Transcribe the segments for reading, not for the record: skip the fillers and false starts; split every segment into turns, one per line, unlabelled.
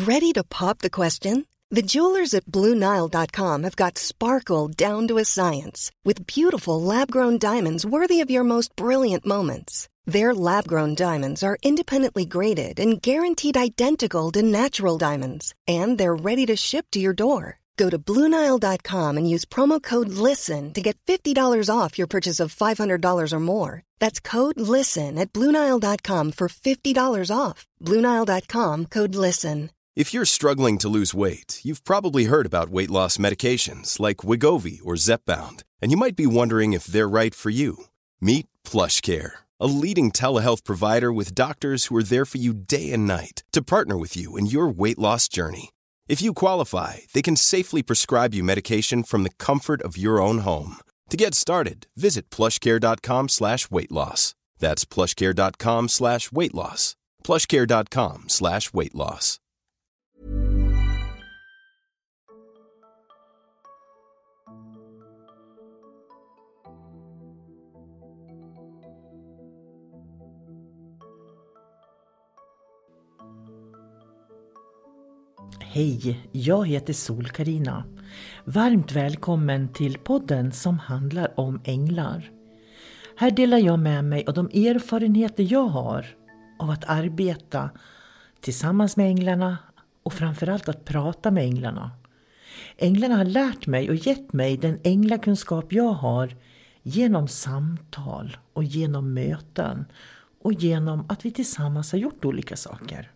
Ready to pop the question? The jewelers at BlueNile.com have got sparkle down to a science with beautiful lab-grown diamonds worthy of your most brilliant moments. Their lab-grown diamonds are independently graded and guaranteed identical to natural diamonds, and they're ready to ship to your door. Go to BlueNile.com and use promo code LISTEN to get $50 off your purchase of $500 or more. That's code LISTEN at BlueNile.com for $50 off. BlueNile.com, code LISTEN.
If you're struggling to lose weight, you've probably heard about weight loss medications like Wegovy or Zepbound, and you might be wondering if they're right for you. Meet PlushCare, a leading telehealth provider with doctors who are there for you day and night to partner with you in your weight loss journey. If you qualify, they can safely prescribe you medication from the comfort of your own home. To get started, visit plushcare.com/weightloss. That's plushcare.com/weightloss. plushcare.com/weightloss.
Hej, jag heter Sol-Carina. Varmt välkommen till podden som handlar om änglar. Här delar jag med mig av de erfarenheter jag har av att arbeta tillsammans med änglarna och framförallt att prata med änglarna. Änglarna har lärt mig och gett mig den änglakunskap jag har genom samtal och genom möten och genom att vi tillsammans har gjort olika saker.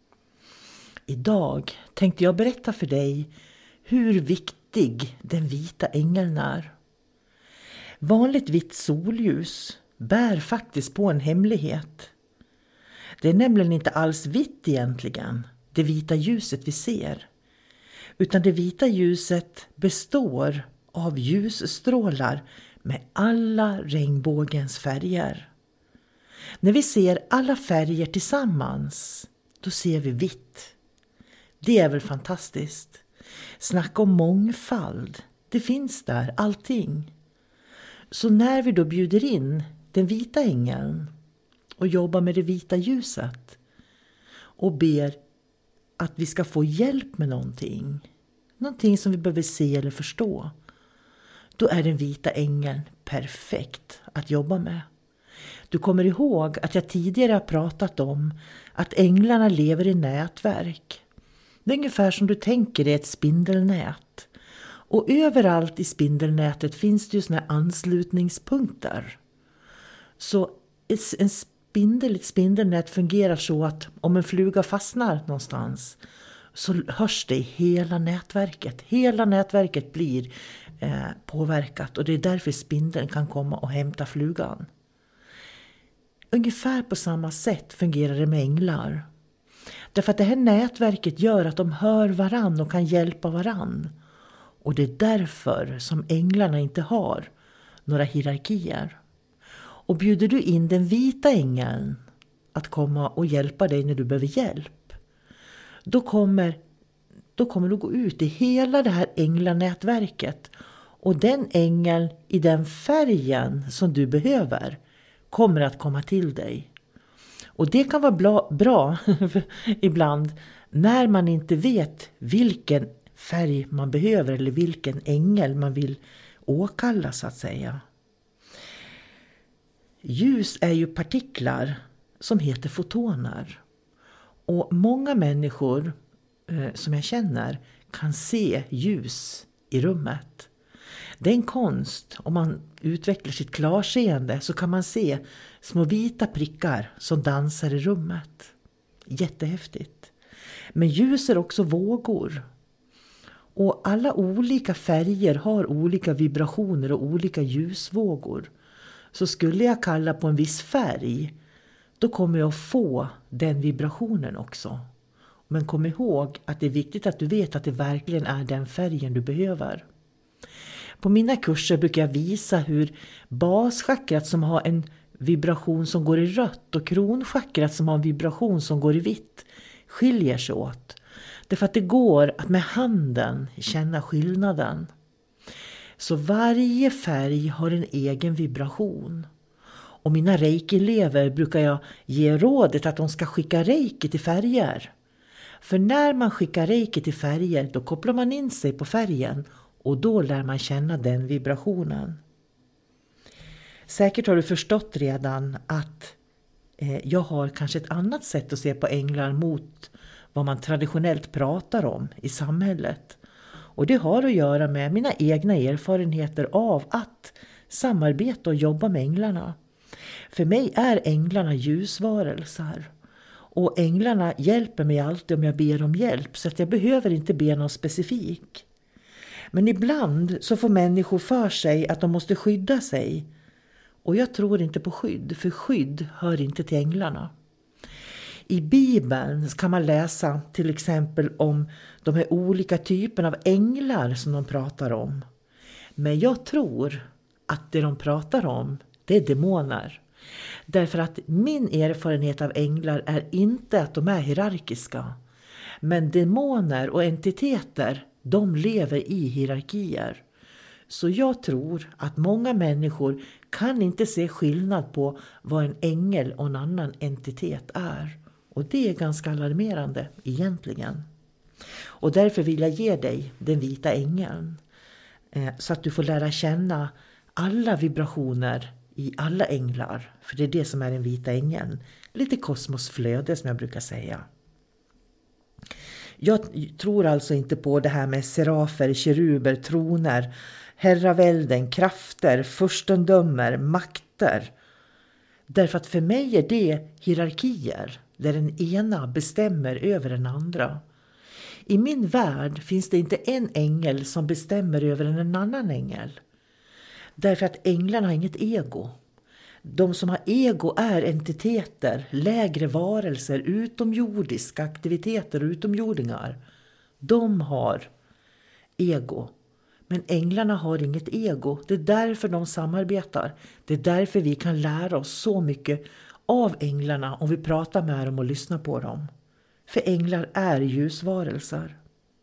Idag tänkte jag berätta för dig hur viktig den vita ängeln är. Vanligt vitt solljus bär faktiskt på en hemlighet. Det är nämligen inte alls vitt egentligen, det vita ljuset vi ser. Utan det vita ljuset består av ljusstrålar med alla regnbågens färger. När vi ser alla färger tillsammans, då ser vi vitt. Det är väl fantastiskt. Snacka om mångfald. Det finns där, allting. Så när vi då bjuder in den vita ängeln och jobbar med det vita ljuset och ber att vi ska få hjälp med någonting som vi behöver se eller förstå, då är den vita ängeln perfekt att jobba med. Du kommer ihåg att jag tidigare har pratat om att änglarna lever i nätverk. Det är ungefär som du tänker dig ett spindelnät. Och överallt i spindelnätet finns det ju såna här anslutningspunkter. Så ett spindelnät fungerar så att om en fluga fastnar någonstans så hörs det i hela nätverket. Hela nätverket blir påverkat och det är därför spindeln kan komma och hämta flugan. Ungefär på samma sätt fungerar det med änglar. Därför att det här nätverket gör att de hör varann och kan hjälpa varann. Och det är därför som änglarna inte har några hierarkier. Och bjuder du in den vita ängeln att komma och hjälpa dig när du behöver hjälp, då kommer du gå ut i hela det här änglanätverket. Och den ängeln i den färgen som du behöver kommer att komma till dig. Och det kan vara bra ibland när man inte vet vilken färg man behöver eller vilken ängel man vill åkalla så att säga. Ljus är ju partiklar som heter fotoner. Och många människor som jag känner kan se ljus i rummet. Det är en konst. Om man utvecklar sitt klarseende så kan man se små vita prickar som dansar i rummet. Jättehäftigt. Men ljus är också vågor. Och alla olika färger har olika vibrationer och olika ljusvågor. Så skulle jag kalla på en viss färg, då kommer jag få den vibrationen också. Men kom ihåg att det är viktigt att du vet att det verkligen är den färgen du behöver. På mina kurser brukar jag visa hur baschakrat som har en vibration som går i rött och kronchakrat som har en vibration som går i vitt skiljer sig åt. Därför att det går att med handen känna skillnaden. Så varje färg har en egen vibration. Och mina reiki-elever brukar jag ge rådet att de ska skicka reiki till färger. För när man skickar reiki till färger, då kopplar man in sig på färgen och då lär man känna den vibrationen. Säkert har du förstått redan att jag har kanske ett annat sätt att se på änglar mot vad man traditionellt pratar om i samhället. Och det har att göra med mina egna erfarenheter av att samarbeta och jobba med änglarna. För mig är änglarna ljusvarelser. Och änglarna hjälper mig alltid om jag ber om hjälp, så att jag behöver inte be någon specifik. Men ibland så får människor för sig att de måste skydda sig. Och jag tror inte på skydd, för skydd hör inte till änglarna. I Bibeln kan man läsa till exempel om de här olika typerna av änglar som de pratar om. Men jag tror att det de pratar om, det är demoner. Därför att min erfarenhet av änglar är inte att de är hierarkiska. Men demoner och entiteter, de lever i hierarkier. Så jag tror att många människor kan inte se skillnad på vad en ängel och en annan entitet är. Och det är ganska alarmerande egentligen. Och därför vill jag ge dig den vita ängeln. Så att du får lära känna alla vibrationer i alla änglar. För det är det som är den vita ängeln. Lite kosmosflöde som jag brukar säga. Jag tror alltså inte på det här med serafer, keruber, troner, herravälden, krafter, furstendömer, makter. Därför att för mig är det hierarkier där den ena bestämmer över den andra. I min värld finns det inte en ängel som bestämmer över en annan ängel. Därför att änglarna har inget ego. De som har ego är entiteter, lägre varelser, utomjordiska aktiviteter och utomjordingar. De har ego. Men änglarna har inget ego. Det är därför de samarbetar. Det är därför vi kan lära oss så mycket av änglarna om vi pratar med dem och lyssnar på dem. För änglar är ljusvarelser.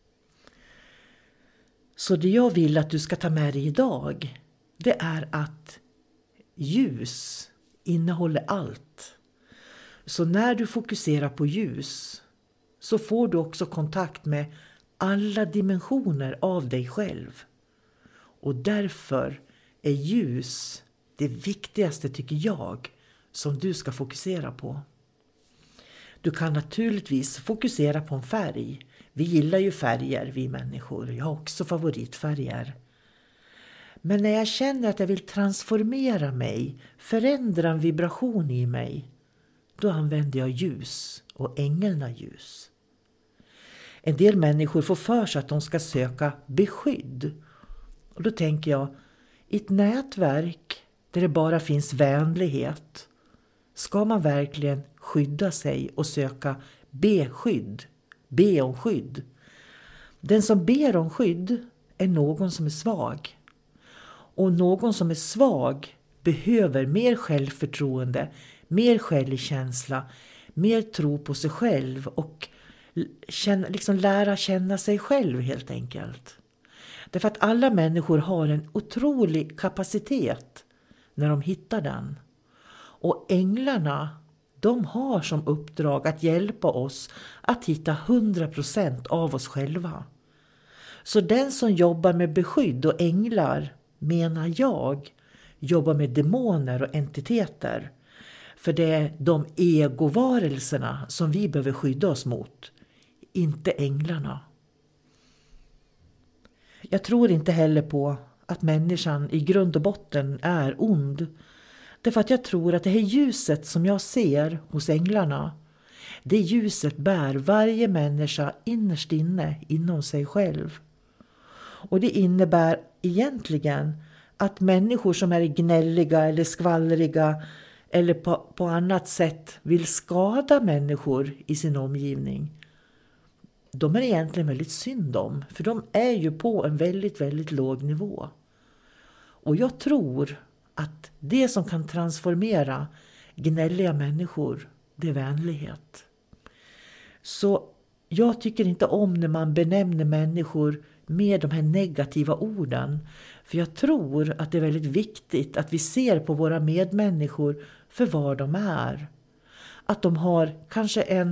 Så det jag vill att du ska ta med dig idag, det är att ljus innehåller allt. Så när du fokuserar på ljus så får du också kontakt med alla dimensioner av dig själv. Och därför är ljus det viktigaste, tycker jag, som du ska fokusera på. Du kan naturligtvis fokusera på en färg. Vi gillar ju färger, vi människor. Jag har också favoritfärger. Men när jag känner att jag vill transformera mig, förändra en vibration i mig, då använder jag ljus och änglarna ljus. En del människor får för sig att de ska söka beskydd. Och då tänker jag, i ett nätverk där det bara finns vänlighet, ska man verkligen skydda sig och söka beskydd, be om skydd. Den som ber om skydd är någon som är svag. Och någon som är svag behöver mer självförtroende, mer självkänsla, mer tro på sig själv och lära känna sig själv helt enkelt. Därför att alla människor har en otrolig kapacitet när de hittar den. Och änglarna, de har som uppdrag att hjälpa oss att hitta 100% av oss själva. Så den som jobbar med beskydd och änglar, menar jag, jobbar med demoner och entiteter. För det är de egovarelserna som vi behöver skydda oss mot, inte änglarna. Jag tror inte heller på att människan i grund och botten är ond. Därför att jag tror att det här ljuset som jag ser hos änglarna, det ljuset bär varje människa innerst inne inom sig själv. Och det innebär egentligen att människor som är gnälliga eller skvallriga eller på annat sätt vill skada människor i sin omgivning, de är egentligen väldigt synd om. För de är ju på en väldigt, väldigt låg nivå. Och jag tror att det som kan transformera gnälliga människor, det är vänlighet. Så jag tycker inte om när man benämner människor med de här negativa orden. För jag tror att det är väldigt viktigt att vi ser på våra medmänniskor för vad de är. Att de har kanske en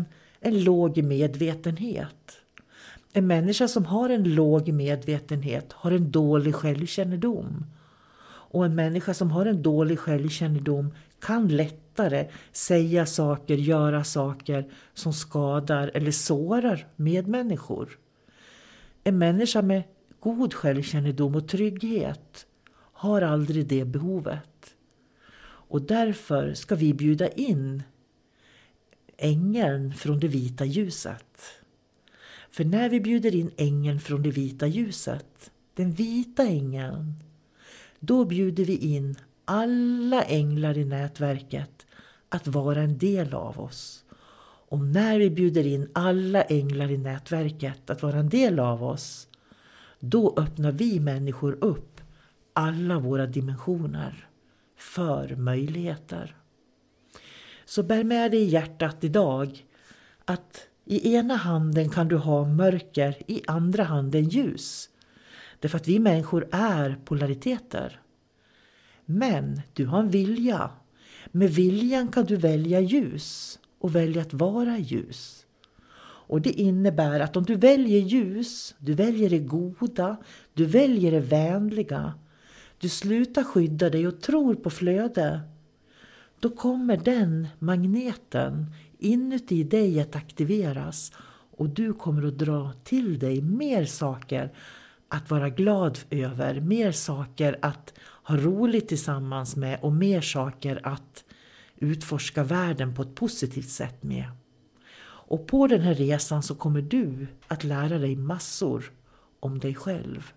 en låg medvetenhet. En människa som har en låg medvetenhet har en dålig självkännedom. Och en människa som har en dålig självkännedom kan lättare säga saker, göra saker som skadar eller sårar medmänniskor. En människa med god självkännedom och trygghet har aldrig det behovet. Och därför ska vi bjuda in ängeln från det vita ljuset. För när vi bjuder in ängeln från det vita ljuset, den vita ängeln, då bjuder vi in alla änglar i nätverket att vara en del av oss. Och när vi bjuder in alla änglar i nätverket att vara en del av oss, då öppnar vi människor upp alla våra dimensioner för möjligheter. Så bär med dig i hjärtat idag att i ena handen kan du ha mörker, i andra handen ljus. Därför att vi människor är polariteter. Men du har en vilja. Med viljan kan du välja ljus och välja att vara ljus. Och det innebär att om du väljer ljus, du väljer det goda, du väljer det vänliga, du slutar skydda dig och tror på flöde, då kommer den magneten inuti dig att aktiveras och du kommer att dra till dig mer saker att vara glad över, mer saker att ha roligt tillsammans med och mer saker att utforska världen på ett positivt sätt med. Och på den här resan så kommer du att lära dig massor om dig själv.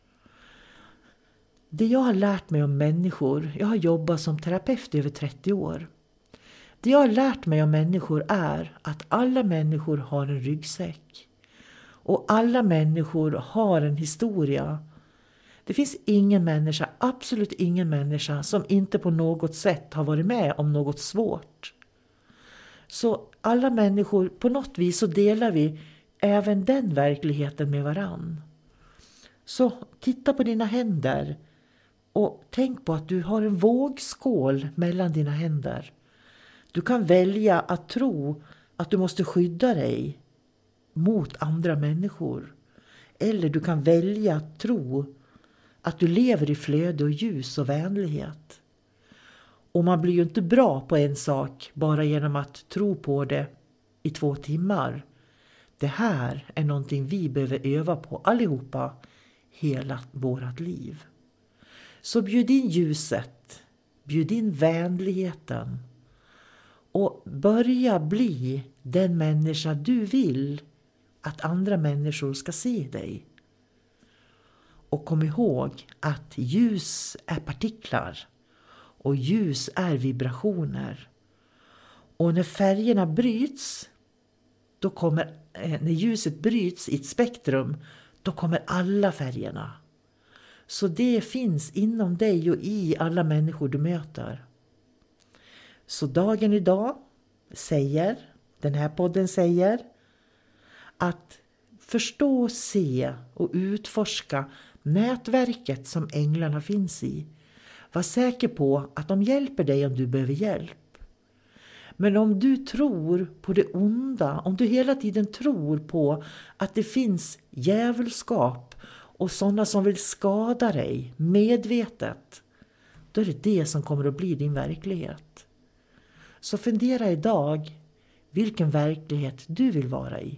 Det jag har lärt mig om människor, jag har jobbat som terapeut i över 30 år. Det jag har lärt mig om människor är att alla människor har en ryggsäck. Och alla människor har en historia. Det finns ingen människa, absolut ingen människa som inte på något sätt har varit med om något svårt. Så alla människor, på något vis så delar vi även den verkligheten med varann. Så titta på dina händer och tänk på att du har en vågskål mellan dina händer. Du kan välja att tro att du måste skydda dig mot andra människor. Eller du kan välja att tro att du lever i flöde och ljus och vänlighet. Och man blir ju inte bra på en sak bara genom att tro på det i 2 timmar. Det här är någonting vi behöver öva på allihopa hela vårat liv. Så bjud in ljuset, bjud in vänligheten och börja bli den människa du vill att andra människor ska se dig. Och kom ihåg att ljus är partiklar och ljus är vibrationer. Och när färgerna bryts, då kommer, när ljuset bryts i ett spektrum, då kommer alla färgerna. Så det finns inom dig och i alla människor du möter. Så dagen idag säger, den här podden säger, att förstå, se och utforska nätverket som änglarna finns i. Var säker på att de hjälper dig om du behöver hjälp. Men om du tror på det onda, om du hela tiden tror på att det finns djävulskap och sådana som vill skada dig medvetet, då är det det som kommer att bli din verklighet. Så fundera idag vilken verklighet du vill vara i.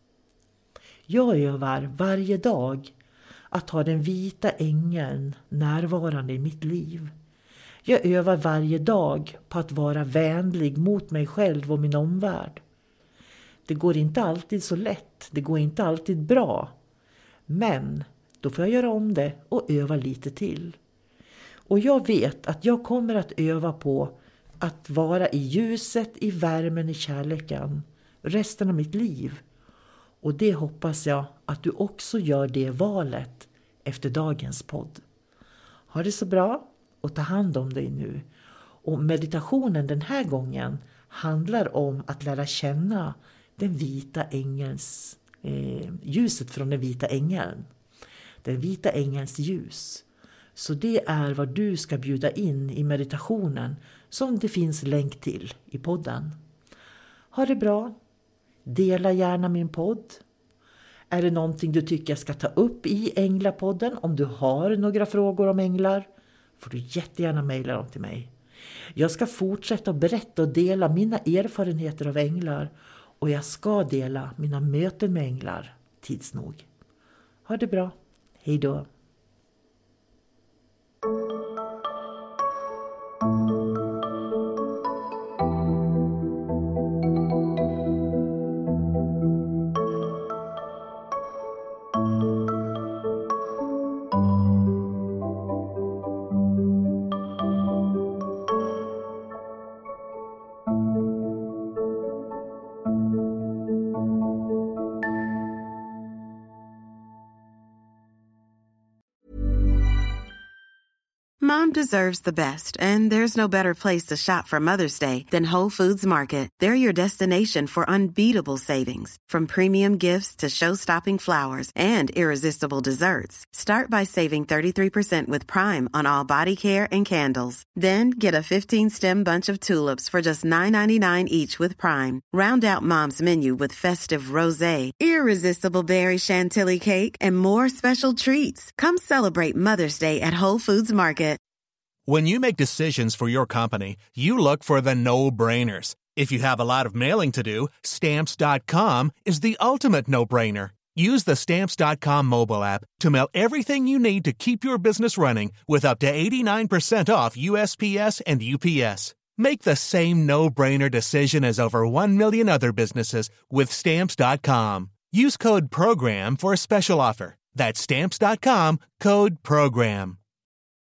Jag övar varje dag att ha den vita ängeln närvarande i mitt liv. Jag övar varje dag på att vara vänlig mot mig själv och min omvärld. Det går inte alltid så lätt, det går inte alltid bra. Men då får jag göra om det och öva lite till. Och jag vet att jag kommer att öva på att vara i ljuset, i värmen, i kärleken resten av mitt liv. Och det hoppas jag att du också gör det valet efter dagens podd. Ha det så bra och ta hand om dig nu. Och meditationen den här gången handlar om att lära känna den vita ängelns, ljuset från den vita ängeln. Den vita ängelns ljus. Så det är vad du ska bjuda in i meditationen som det finns länk till i podden. Ha det bra. Dela gärna min podd. Är det någonting du tycker jag ska ta upp i Änglapodden? Om du har några frågor om änglar får du jättegärna mejla dem till mig. Jag ska fortsätta att berätta och dela mina erfarenheter av änglar. Och jag ska dela mina möten med änglar tids nog. Ha det bra. Hej då.
Mom deserves the best, and there's no better place to shop for Mother's Day than Whole Foods Market. They're your destination for unbeatable savings, from premium gifts to show-stopping flowers and irresistible desserts. Start by saving 33% with Prime on all body care and candles. Then get a 15-stem bunch of tulips for just $9.99 each with Prime. Round out Mom's menu with festive rosé, irresistible berry chantilly cake, and more special treats. Come celebrate Mother's Day at Whole Foods Market.
When you make decisions for your company, you look for the no-brainers. If you have a lot of mailing to do, Stamps.com is the ultimate no-brainer. Use the Stamps.com mobile app to mail everything you need to keep your business running with up to 89% off USPS and UPS. Make the same no-brainer decision as over 1 million other businesses with Stamps.com. Use code PROGRAM for a special offer. That's Stamps.com, code PROGRAM.